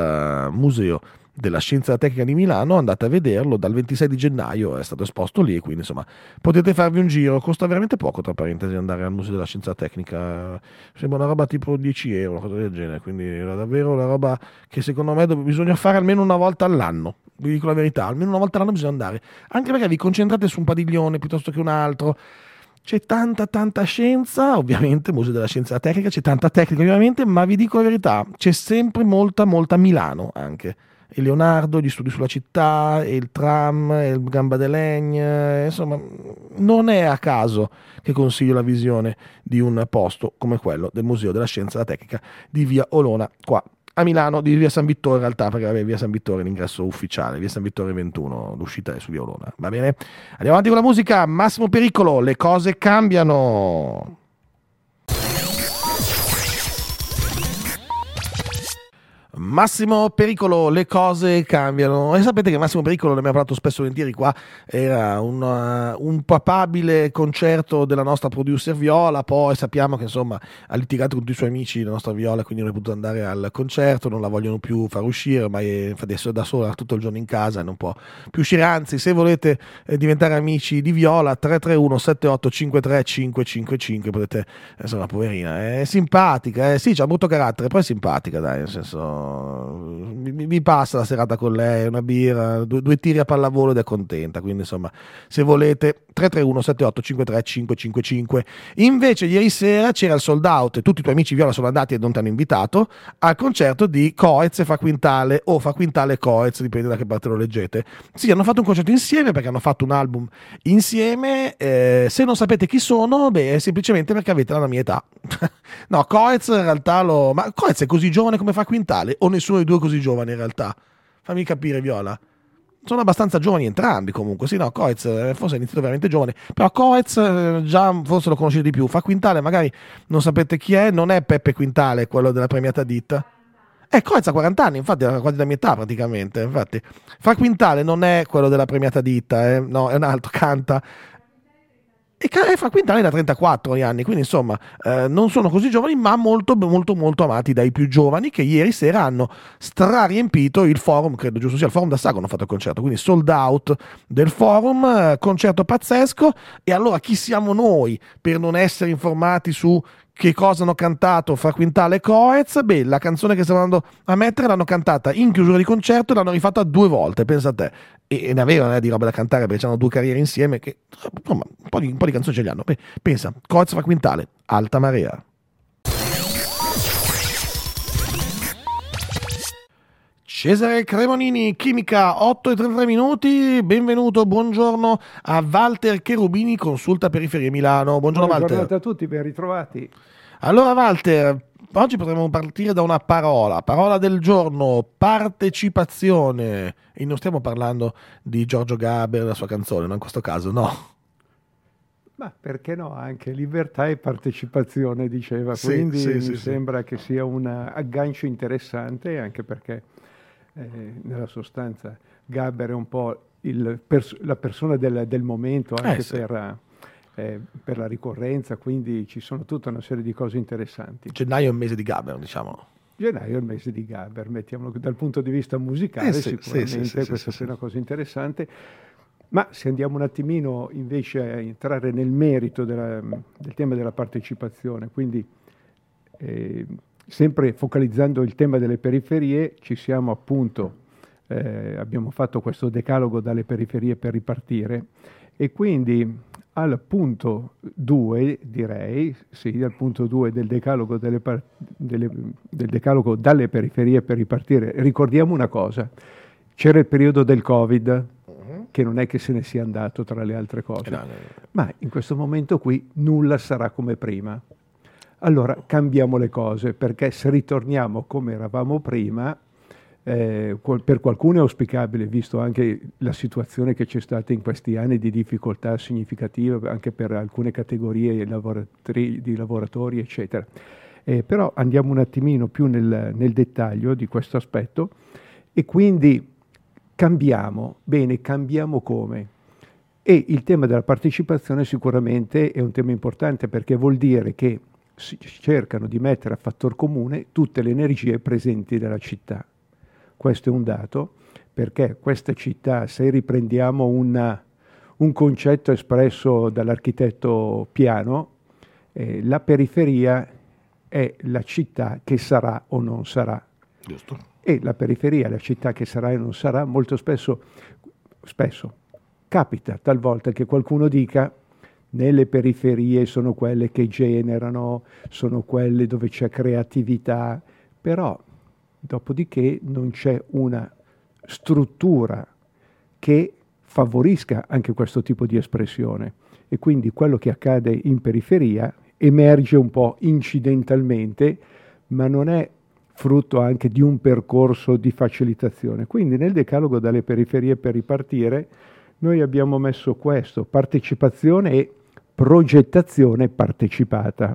al Museo della Scienza e della Tecnica di Milano. Andate a vederlo, dal ventisei di gennaio è stato esposto lì, quindi insomma potete farvi un giro, costa veramente poco, tra parentesi, andare al Museo della Scienza e della Tecnica, sembra una roba tipo dieci euro, cosa del genere, quindi era davvero una roba che secondo me dov- bisogna fare almeno una volta all'anno, vi dico la verità, almeno una volta all'anno bisogna andare, anche perché vi concentrate su un padiglione piuttosto che un altro. C'è tanta tanta scienza, ovviamente, Museo della Scienza e della Tecnica, c'è tanta tecnica ovviamente, ma vi dico la verità, c'è sempre molta molta Milano anche. E Leonardo, gli studi sulla città, e il tram, e il Gamba de Legna, insomma, non è a caso che consiglio la visione di un posto come quello del Museo della Scienza e della Tecnica di Via Olona, qua a Milano, di Via San Vittore in realtà, perché vabbè, Via San Vittore è l'ingresso ufficiale, Via San Vittore ventuno, l'uscita è su Via Olona, va bene? Andiamo avanti con la musica, Massimo Pericolo, Le cose cambiano. Massimo Pericolo, Le cose cambiano. E sapete che Massimo Pericolo, ne abbiamo parlato spesso e volentieri qua, era un, uh, un papabile concerto della nostra producer Viola, poi sappiamo che insomma ha litigato con tutti i suoi amici la nostra Viola, quindi non è potuto andare al concerto, non la vogliono più far uscire, ma è, adesso è da sola tutto il giorno in casa e non può più uscire. Anzi, se volete eh, diventare amici di Viola, tre tre uno sette otto cinque tre cinque cinque cinque, potete, insomma, poverina, è simpatica, eh? Sì, c'ha un brutto carattere, però è simpatica, dai, nel senso, mi, mi passa la serata con lei, una birra, due, due tiri a pallavolo ed è contenta, quindi insomma, se volete tre tre uno sette otto cinque tre cinque cinque cinque. Invece ieri sera c'era il sold out e tutti i tuoi amici Viola sono andati e non ti hanno invitato al concerto di Coez e Fa Quintale, o Fa Quintale e Coez, dipende da che parte lo leggete. Sì, hanno fatto un concerto insieme perché hanno fatto un album insieme. Eh, se non sapete chi sono, beh, è semplicemente perché avete la mia età. No, Coez in realtà lo... Ma Coez è così giovane come Fa Quintale? O nessuno dei due è così giovane in realtà? Fammi capire, Viola. Sono abbastanza giovani entrambi comunque. Sì, no, Coez eh, forse è iniziato veramente giovane, però Coez eh, già forse lo conoscete di più. Fa Quintale magari non sapete chi è, non è Peppe Quintale, quello della premiata ditta. Eh, Coez ha quaranta anni, infatti è quasi la mia età praticamente. Infatti, Fa Quintale non è quello della premiata ditta, eh? No, è un altro, canta. E Fa Quintale da trentaquattro anni, quindi insomma eh, non sono così giovani, ma molto molto molto amati dai più giovani, che ieri sera hanno strariempito il forum, credo giusto sia il forum da Sago, hanno fatto il concerto, quindi sold out del forum, eh, concerto pazzesco. E allora chi siamo noi per non essere informati su che cosa hanno cantato Fa Quintale e Coez? Beh, la canzone che stavano andando a mettere l'hanno cantata in chiusura di concerto e l'hanno rifatta due volte, pensa a te. E, e ne avevano eh, di roba da cantare, perché hanno due carriere insieme che insomma, un, po di, un po' di canzoni ce li hanno. Beh, pensa, Coez Fa Quintale, Alta Marea. Cesare Cremonini, Chimica, otto e trentatré minuti, benvenuto, buongiorno a Walter Cherubini, Consulta Periferie Milano. Buongiorno, Buongiorno Walter. a tutti, ben ritrovati. Allora Walter, oggi potremmo partire da una parola, parola del giorno, partecipazione. E non stiamo parlando di Giorgio Gaber e la sua canzone, no? In questo caso no. Ma perché no? Anche libertà e partecipazione, diceva, Sì, quindi sì, mi sì, sì. sembra che sia un aggancio interessante, anche perché eh, nella sostanza Gaber è un po' il pers- la persona del, del momento, Eh anche sì, per, eh, per la ricorrenza, quindi ci sono tutta una serie di cose interessanti. gennaio è un mese di Gaber, diciamo. Gennaio è il mese di Gaber, mettiamolo dal punto di vista Eh musicale, sì, sì, sì, sì, sicuramente sì, sì, questa sia sì. una cosa interessante. Ma se andiamo un attimino invece a entrare nel merito della- del tema della partecipazione, quindi eh, sempre focalizzando il tema delle periferie, ci siamo appunto, eh, abbiamo fatto questo decalogo dalle periferie per ripartire e quindi al punto due, direi, sì, al punto due del decalogo, delle par- delle- del decalogo dalle periferie per ripartire, ricordiamo una cosa, c'era il periodo del Covid, Mhm. che non è che se ne sia andato tra le altre Eh cose, no, no, no. ma in questo momento qui nulla sarà come prima. Allora cambiamo le cose, perché se ritorniamo come eravamo prima, eh, qual- per qualcuno è auspicabile, visto anche la situazione che c'è stata in questi anni di difficoltà significative anche per alcune categorie lavoratri- di lavoratori, eccetera. Eh, però andiamo un attimino più nel, nel dettaglio di questo aspetto e quindi cambiamo. Bene, cambiamo come? E il tema della partecipazione sicuramente è un tema importante perché vuol dire che si cercano di mettere a fattor comune tutte le energie presenti nella città. Questo è un dato, perché questa città, se riprendiamo una- un concetto espresso dall'architetto Piano, eh, la periferia è la città che sarà o non sarà. Giusto. E la periferia, la città che sarà e non sarà, molto spesso, spesso capita talvolta che qualcuno dica nelle periferie sono quelle che generano, sono quelle dove c'è creatività, però dopodiché non c'è una struttura che favorisca anche questo tipo di espressione e quindi quello che accade in periferia emerge un po' incidentalmente, ma non è frutto anche di un percorso di facilitazione. Quindi nel decalogo dalle periferie per ripartire noi abbiamo messo questo, partecipazione e progettazione partecipata.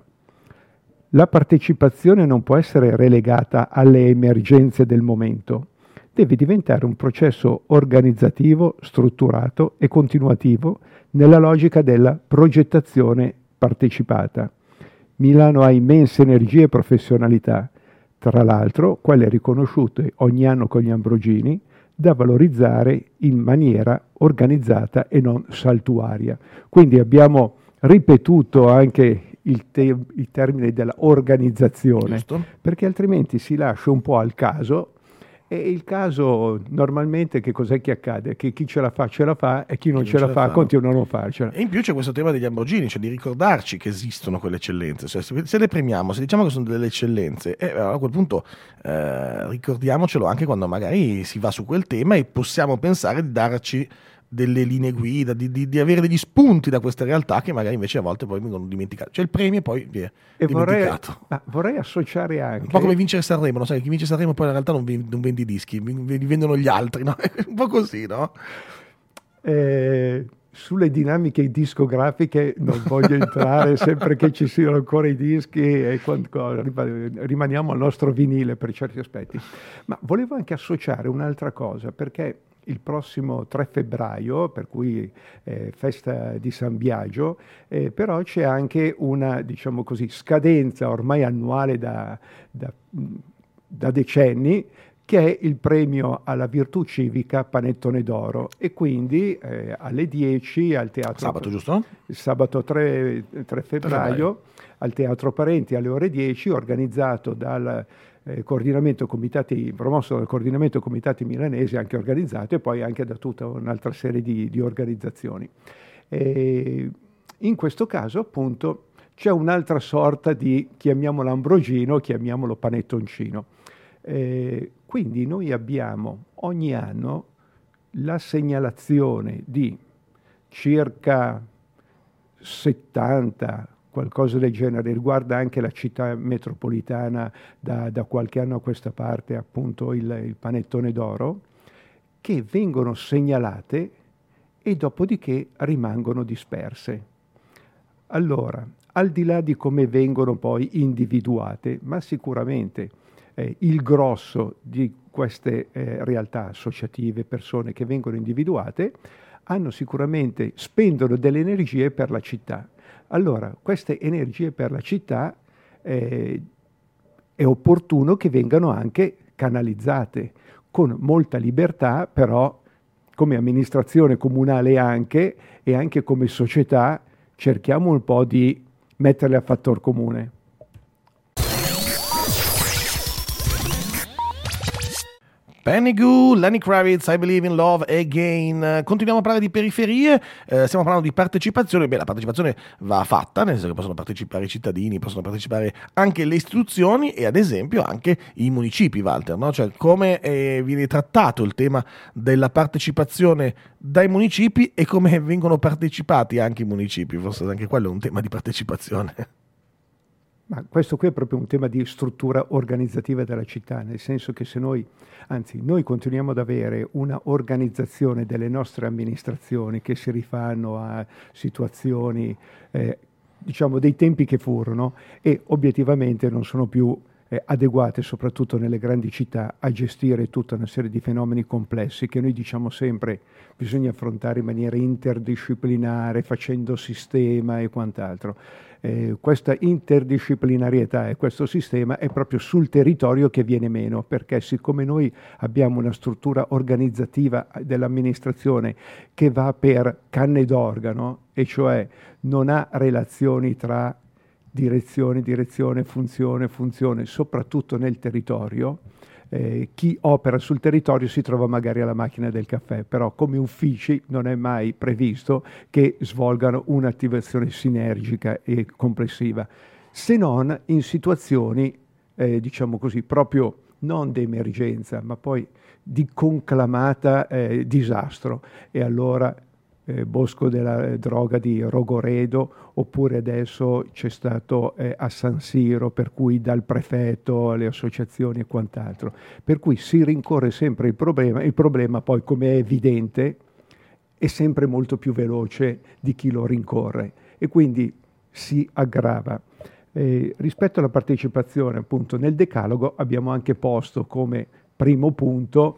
La partecipazione non può essere relegata alle emergenze del momento, deve diventare un processo organizzativo, strutturato e continuativo nella logica della progettazione partecipata. Milano ha immense energie e professionalità, tra l'altro quelle riconosciute ogni anno con gli Ambrogini, da valorizzare in maniera organizzata e non saltuaria. Quindi abbiamo ripetuto anche il, te- il termine della organizzazione, Giusto. perché altrimenti si lascia un po' al caso e il caso normalmente che cos'è che accade? Che chi ce la fa ce la fa e chi non Chi non ce ce la la fa fa, no? continua a non farcela. E in più c'è questo tema degli Ambrogini, cioè di ricordarci che esistono quelle eccellenze, cioè se, se le premiamo, se diciamo che sono delle eccellenze, eh, a quel punto eh, ricordiamocelo anche quando magari si va su quel tema e possiamo pensare di darci delle linee guida, di, di, di avere degli spunti da queste realtà che magari invece a volte poi vengono dimenticati. Cioè il premio poi viene E vorrei, dimenticato. ma vorrei associare Un po' come anche, vincere Sanremo, no? Sai, chi vince Sanremo poi in realtà non, vi- non vendi i dischi, vi- li vendono gli altri, no? È un po' così, no? Eh, sulle dinamiche discografiche non voglio entrare sempre che ci siano ancora i dischi e quando, rimaniamo al nostro vinile per certi aspetti. Ma volevo anche associare un'altra cosa, perché il prossimo tre febbraio, per cui eh, festa di San Biagio, eh, però c'è anche una, diciamo così, scadenza ormai annuale da, da, da decenni, che è il premio alla virtù civica Panettone d'Oro e quindi eh, alle dieci al teatro Sabato, giusto? il sabato tre, tre tre febbraio febbraio. al Teatro Parenti alle ore dieci, organizzato dal eh, coordinamento comitati, promosso dal coordinamento comitati milanesi, anche organizzato e poi anche da tutta un'altra serie di, di organizzazioni. E in questo caso appunto c'è un'altra sorta di, chiamiamolo Ambrogino, chiamiamolo panettoncino. Eh, quindi noi abbiamo ogni anno la segnalazione di circa settanta qualcosa del genere, riguarda anche la città metropolitana da, da qualche anno a questa parte, appunto il, il panettone d'oro, che vengono segnalate e dopodiché rimangono disperse. Allora, al di là di come vengono poi individuate, ma sicuramente eh, il grosso di queste eh, realtà associative, persone che vengono individuate, hanno sicuramente, spendono delle energie per la città. Allora, queste energie per la città eh, è opportuno che vengano anche canalizzate con molta libertà, però come amministrazione comunale anche e anche come società cerchiamo un po' di metterle a fattor comune. Penny Goo, Lenny Kravitz, I Believe in Love Again. Continuiamo a parlare di periferie, eh, stiamo parlando di partecipazione. Beh, la partecipazione va fatta, nel senso che possono partecipare i cittadini, possono partecipare anche le istituzioni e ad esempio anche i municipi, Walter, no? Cioè come eh, viene trattato il tema della partecipazione dai municipi e come vengono partecipati anche i municipi, forse anche quello è un tema di partecipazione. Ma questo qui è proprio un tema di struttura organizzativa della città, nel senso che se noi, anzi noi continuiamo ad avere una organizzazione delle nostre amministrazioni che si rifanno a situazioni, eh, diciamo, dei tempi che furono e obiettivamente non sono più eh, adeguate, soprattutto nelle grandi città, a gestire tutta una serie di fenomeni complessi che noi diciamo sempre bisogna affrontare in maniera interdisciplinare, facendo sistema e quant'altro. Eh, questa interdisciplinarietà e questo sistema è proprio sul territorio che viene meno, perché siccome noi abbiamo una struttura organizzativa dell'amministrazione che va per canne d'organo, e cioè non ha relazioni tra direzione, direzione, funzione, funzione, soprattutto nel territorio, Eh, chi opera sul territorio si trova magari alla macchina del caffè, però come uffici non è mai previsto che svolgano un'attivazione sinergica e complessiva, se non in situazioni, eh, diciamo così, proprio non di emergenza, ma poi di conclamata eh, disastro. E allora eh, Bosco della Droga di Rogoredo, oppure adesso c'è stato eh, a San Siro, per cui dal prefetto alle associazioni e quant'altro, per cui si rincorre sempre il problema. Il problema poi, come è evidente, è sempre molto più veloce di chi lo rincorre e quindi si aggrava. Eh, rispetto alla partecipazione, appunto, nel decalogo abbiamo anche posto come primo punto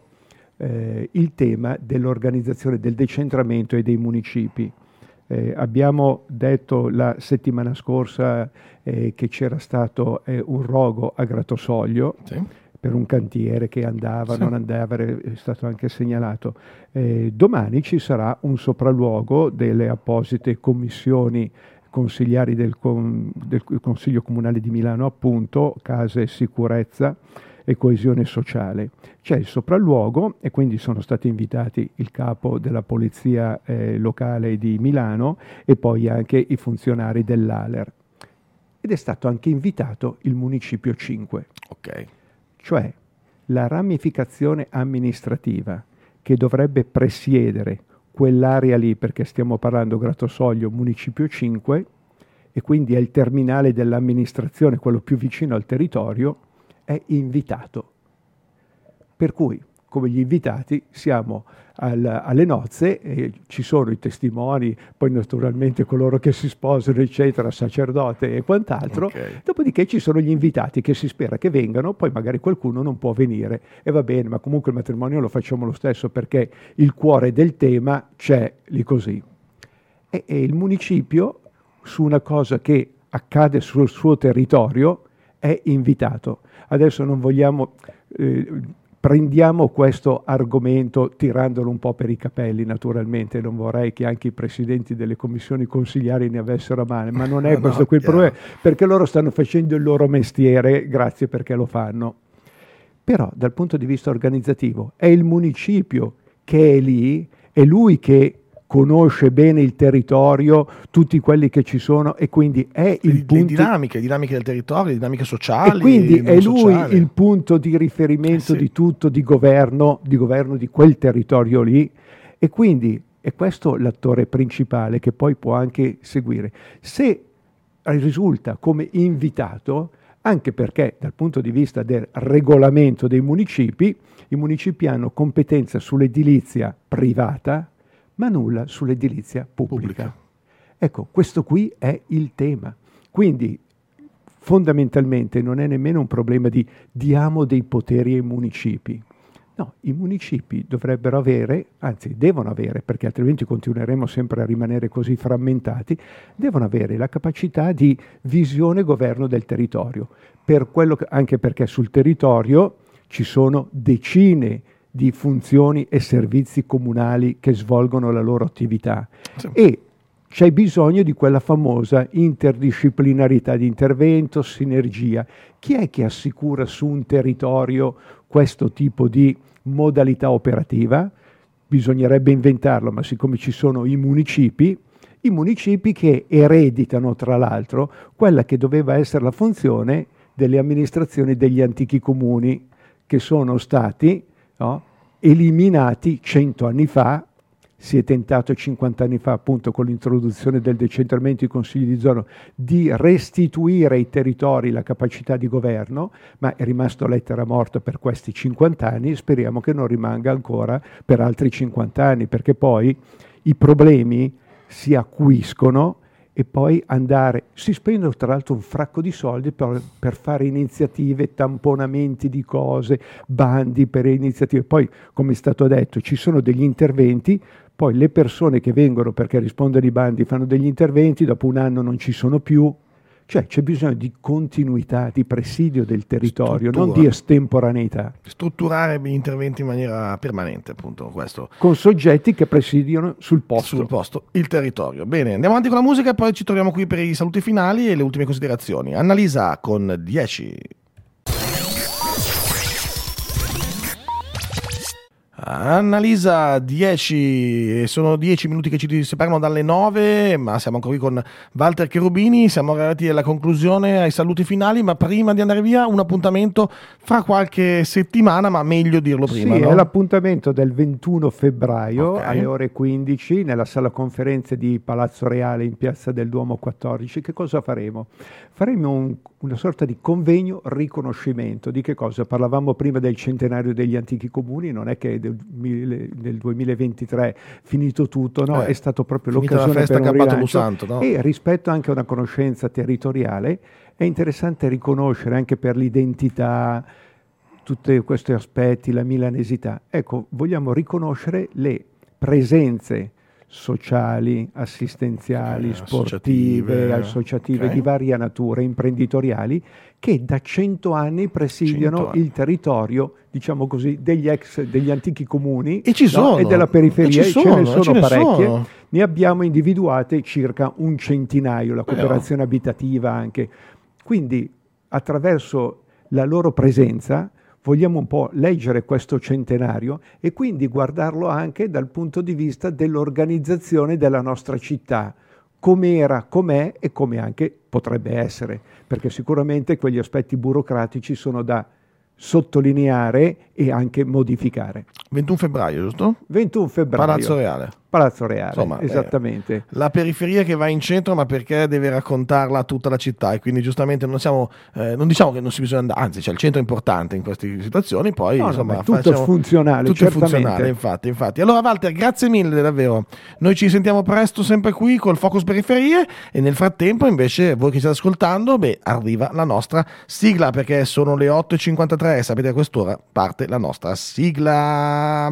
Eh, il tema dell'organizzazione del decentramento e dei municipi. Eh, abbiamo detto la settimana scorsa eh, che c'era stato eh, un rogo a Gratosoglio, sì, per un cantiere che andava, sì, non andava, è stato anche segnalato. Eh, domani ci sarà un sopralluogo delle apposite commissioni consigliari del, con, del Consiglio Comunale di Milano, appunto, Casa e Sicurezza e Coesione Sociale. C'è il sopralluogo e quindi sono stati invitati il capo della polizia eh, locale di Milano e poi anche i funzionari dell'A L E R. Ed è stato anche invitato il Municipio cinque. Ok. Cioè la ramificazione amministrativa che dovrebbe presiedere quell'area lì, perché stiamo parlando Gratosoglio, Municipio cinque, e quindi è il terminale dell'amministrazione, quello più vicino al territorio, è invitato. Per cui, come gli invitati, siamo al, alle nozze e ci sono i testimoni, poi naturalmente coloro che si sposano, eccetera, sacerdote e quant'altro. Okay. Dopodiché ci sono gli invitati che si spera che vengano, poi magari qualcuno non può venire e va bene, ma comunque il matrimonio lo facciamo lo stesso perché il cuore del tema c'è lì così. E, e il municipio, su una cosa che accade sul suo territorio, è invitato. Adesso non vogliamo, eh, prendiamo questo argomento tirandolo un po' per i capelli, naturalmente, non vorrei che anche i presidenti delle commissioni consigliari ne avessero a mano, ma non è questo no, qui il problema, perché loro stanno facendo il loro mestiere, grazie perché lo fanno. Però dal punto di vista organizzativo è il municipio che è lì, è lui che conosce bene il territorio, tutti quelli che ci sono, e quindi è il le, punto... Le dinamiche, le dinamiche del territorio, le dinamiche sociali. E quindi è lui sociali. Il punto di riferimento eh sì. di tutto, di governo, di governo di quel territorio lì, e quindi è questo l'attore principale che poi può anche seguire. Se risulta come invitato, anche perché dal punto di vista del regolamento dei municipi, i municipi hanno competenza sull'edilizia privata, ma nulla sull'edilizia pubblica. pubblica. Ecco, questo qui è il tema. Quindi fondamentalmente non è nemmeno un problema di diamo dei poteri ai municipi. No, i municipi dovrebbero avere, anzi devono avere, perché altrimenti continueremo sempre a rimanere così frammentati, devono avere la capacità di visione e governo del territorio, per quello che, anche perché sul territorio ci sono decine di funzioni e servizi comunali che svolgono la loro attività, sì. E c'è bisogno di quella famosa interdisciplinarità di intervento, sinergia. Chi è che assicura su un territorio questo tipo di modalità operativa? Bisognerebbe inventarlo, ma siccome ci sono i municipi, i municipi che ereditano tra l'altro quella che doveva essere la funzione delle amministrazioni degli antichi comuni, che sono stati, no, eliminati cento anni fa. Si è tentato cinquanta anni fa, appunto con l'introduzione del decentramento dei consigli di zona, di restituire ai territori la capacità di governo, ma è rimasto lettera morta per questi cinquanta anni e speriamo che non rimanga ancora per altri cinquanta anni, perché poi i problemi si acuiscono e poi andare, si spendono tra l'altro un fracco di soldi per, per fare iniziative, tamponamenti di cose, bandi per iniziative. Poi, come è stato detto, ci sono degli interventi, poi le persone che vengono perché rispondono ai bandi fanno degli interventi, dopo un anno non ci sono più. Cioè c'è bisogno di continuità, di presidio del territorio, Struttura. non di estemporaneità. Strutturare gli interventi in maniera permanente, appunto, questo. Con soggetti che presidiano sul posto. Sul posto, il territorio. Bene, andiamo avanti con la musica e poi ci troviamo qui per i saluti finali e le ultime considerazioni. Annalisa con dieci. Annalisa, dieci, sono dieci minuti che ci separano dalle nove, ma siamo ancora qui con Walter Cherubini, siamo arrivati alla conclusione, ai saluti finali, ma prima di andare via un appuntamento fra qualche settimana, ma meglio dirlo prima. Sì, no? È l'appuntamento del ventuno febbraio, okay, alle ore quindici nella sala conferenze di Palazzo Reale in Piazza del Duomo quattordici. Che cosa faremo? Faremo un, una sorta di convegno riconoscimento. Di che cosa? Parlavamo prima del centenario degli antichi comuni, non è che del, del duemilaventitré finito tutto, no? Eh, è stato proprio l'occasione la festa per un rilancio, Santo, no? E rispetto anche a una conoscenza territoriale è interessante riconoscere anche per l'identità tutti questi aspetti, la milanesità. Ecco, vogliamo riconoscere le presenze sociali, assistenziali, eh, sportive, associative, associative okay. di varia natura, imprenditoriali, che da cento anni presidiano il territorio, diciamo così, degli ex, degli antichi comuni, e, ci sono, no? e della periferia, e ci sono, ce ne sono ce ne parecchie. Sono. Ne abbiamo individuate circa un centinaio, la cooperazione eh, abitativa anche. Quindi attraverso la loro presenza vogliamo un po' leggere questo centenario e quindi guardarlo anche dal punto di vista dell'organizzazione della nostra città, come era, com'è e come anche potrebbe essere, perché sicuramente quegli aspetti burocratici sono da sottolineare e anche modificare. ventuno febbraio, giusto? ventuno febbraio. Palazzo Reale. Palazzo Reale, Insomma, esattamente. Eh, la periferia che va in centro, ma perché deve raccontarla tutta la città, e quindi giustamente non siamo, eh, non diciamo che non si bisogna andare, anzi c'è il centro importante in queste situazioni, poi no, insomma no, tutto facciamo, funzionale, tutto certamente. funzionale, infatti, infatti. Allora Walter, grazie mille davvero. Noi ci sentiamo presto sempre qui col Focus Periferie e nel frattempo invece voi che state ascoltando, beh, arriva la nostra sigla, perché sono le otto e cinquantatré e sapete a quest'ora parte la nostra sigla.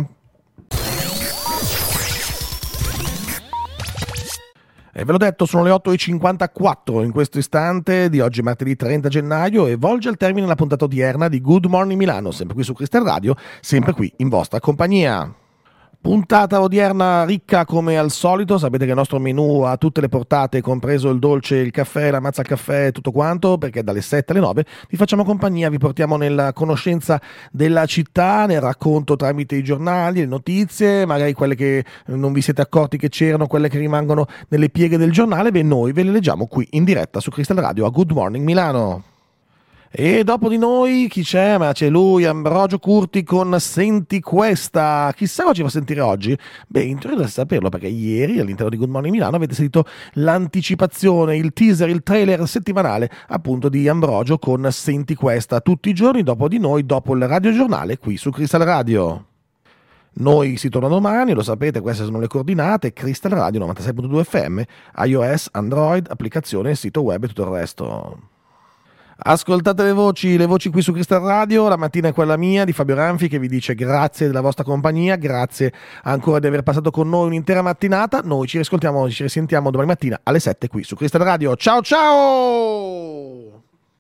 E ve l'ho detto, sono le otto e cinquantaquattro in questo istante di oggi, martedì trenta gennaio, e volge al termine la puntata odierna di Good Morning Milano, sempre qui su Crystal Radio, sempre qui in vostra compagnia. Puntata odierna ricca come al solito, sapete che il nostro menù ha tutte le portate, compreso il dolce, il caffè, la mazza al caffè e tutto quanto, perché dalle sette alle nove vi facciamo compagnia, vi portiamo nella conoscenza della città, nel racconto tramite i giornali, le notizie, magari quelle che non vi siete accorti che c'erano, quelle che rimangono nelle pieghe del giornale, beh noi ve le leggiamo qui in diretta su Crystal Radio a Good Morning Milano. E dopo di noi chi c'è? Ma c'è lui, Ambrogio Curti con Senti Questa. Chissà cosa ci fa sentire oggi? Beh, in teoria dovreste saperlo, perché ieri all'interno di Good Morning Milano avete sentito l'anticipazione, il teaser, il trailer settimanale appunto di Ambrogio con Senti Questa, tutti i giorni dopo di noi, dopo il radiogiornale qui su Crystal Radio. Noi si torna domani, lo sapete, queste sono le coordinate: Crystal Radio novantasei virgola due F M, iOS, Android, applicazione, sito web e tutto il resto. Ascoltate le voci, le voci qui su Crystal Radio. La mattina è quella mia, di Fabio Ranfi, che vi dice grazie della vostra compagnia, grazie ancora di aver passato con noi un'intera mattinata. Noi ci riscoltiamo, ci risentiamo domani mattina alle sette qui su Crystal Radio. Ciao ciao!